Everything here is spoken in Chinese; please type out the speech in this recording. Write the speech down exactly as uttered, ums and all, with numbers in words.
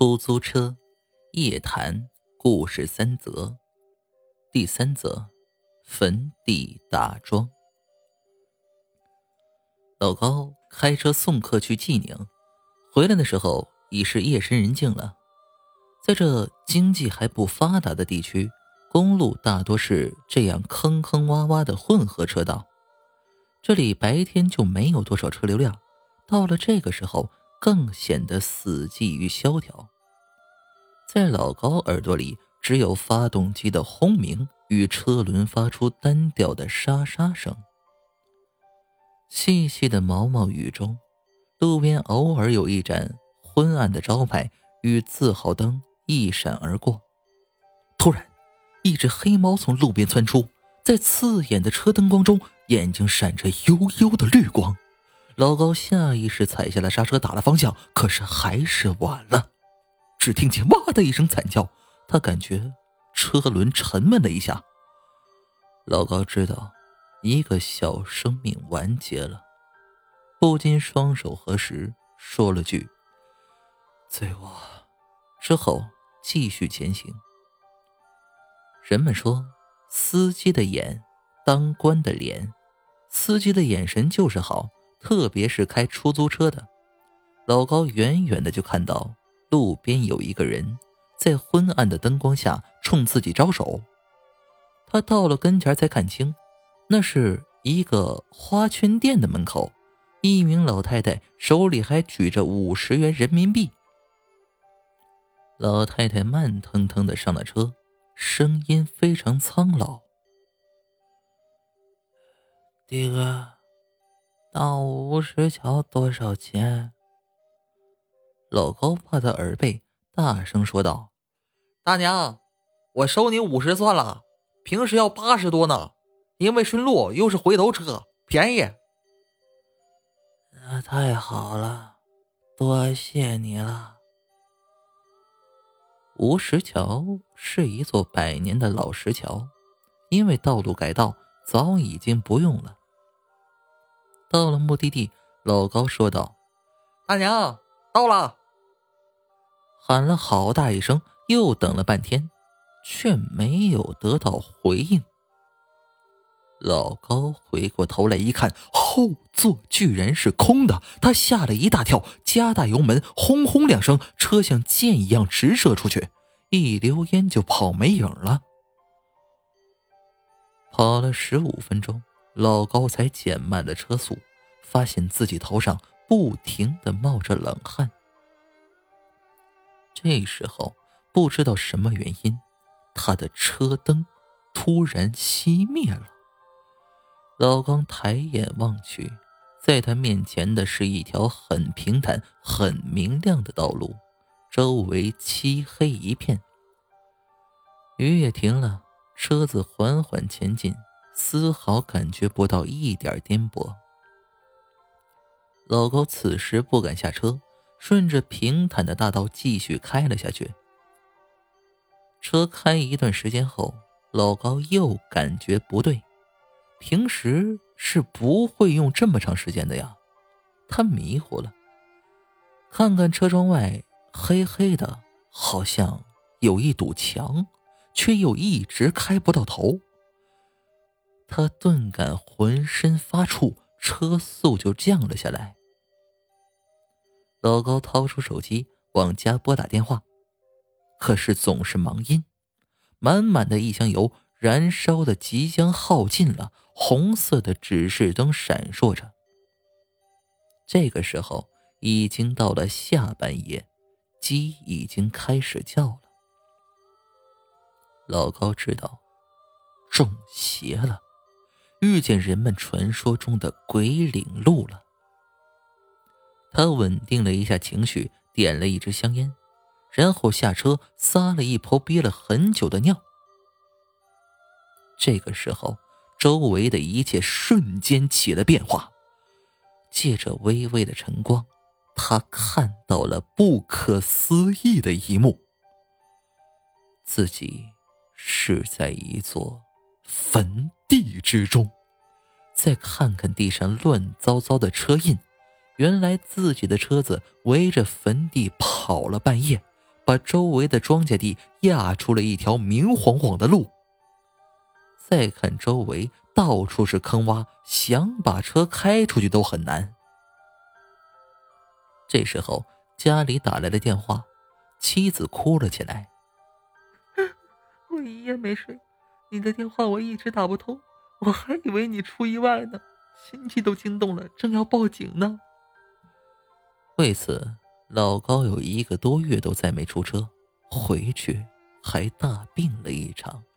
出租车夜谈故事三则。第三则，坟地打桩。老高开车送客去济宁，回来的时候已是夜深人静了。在这经济还不发达的地区，公路大多是这样坑坑洼洼的混合车道，这里白天就没有多少车流量，到了这个时候更显得死寂与萧条。在老高耳朵里，只有发动机的轰鸣与车轮发出单调的沙沙声。细细的毛毛雨中，路边偶尔有一盏昏暗的招牌与字号灯一闪而过。突然，一只黑猫从路边窜出，在刺眼的车灯光中，眼睛闪着幽幽的绿光。老高下意识踩下了刹车，打了方向，可是还是晚了。只听见哇的一声惨叫，他感觉车轮沉闷了一下。老高知道一个小生命完结了，不禁双手合十，说了句罪过，之后继续前行。人们说，司机的眼，当官的脸，司机的眼神就是好，特别是开出租车的。老高远远的就看到路边有一个人在昏暗的灯光下冲自己招手。他到了跟前才看清，那是一个花圈店的门口，一名老太太手里还举着五十元人民币。老太太慢腾腾的上了车，声音非常苍老：弟哥，到五十桥多少钱？老高怕他耳背，大声说道：大娘，我收你五十算了，平时要八十多呢，因为顺路又是回头车，便宜。那太好了，多谢你了。吴石桥是一座百年的老石桥，因为道路改道，早已经不用了。到了目的地，老高说道：大娘，到了。喊了好大一声，又等了半天，却没有得到回应。老高回过头来一看，后座居然是空的，他吓了一大跳，加大油门，轰轰两声，车像箭一样直射出去，一溜烟就跑没影了。跑了十五分钟，老高才减慢了车速，发现自己头上不停地冒着冷汗。这时候不知道什么原因，他的车灯突然熄灭了。老高抬眼望去，在他面前的是一条很平坦很明亮的道路，周围漆黑一片。雨也停了，车子缓缓前进，丝毫感觉不到一点颠簸。老高此时不敢下车，顺着平坦的大道继续开了下去。车开一段时间后，老高又感觉不对，平时是不会用这么长时间的呀。他迷糊了，看看车窗外，黑黑的，好像有一堵墙，却又一直开不到头。他顿感浑身发怵，车速就降了下来。老高掏出手机往家拨打电话，可是总是忙音，满满的一箱油燃烧的即将耗尽了，红色的指示灯闪烁着。这个时候已经到了下半夜，鸡已经开始叫了。老高知道中邪了，遇见人们传说中的鬼领路了。他稳定了一下情绪，点了一支香烟，然后下车撒了一泡憋了很久的尿。这个时候，周围的一切瞬间起了变化。借着微微的晨光，他看到了不可思议的一幕。自己是在一座坟地之中，再看看地上乱糟糟的车印，原来自己的车子围着坟地跑了半夜， 把周围的庄稼地压出了一条明晃晃的路。再看周围，到处是坑洼，想把车开出去都很难。这时候家里打来了电话，妻子哭了起来。 我一夜没睡，你的电话我一直打不通，我还以为你出意外呢，亲戚都惊动了，正要报警呢。 为此，老高有一个多月都再没出车，回去还大病了一场。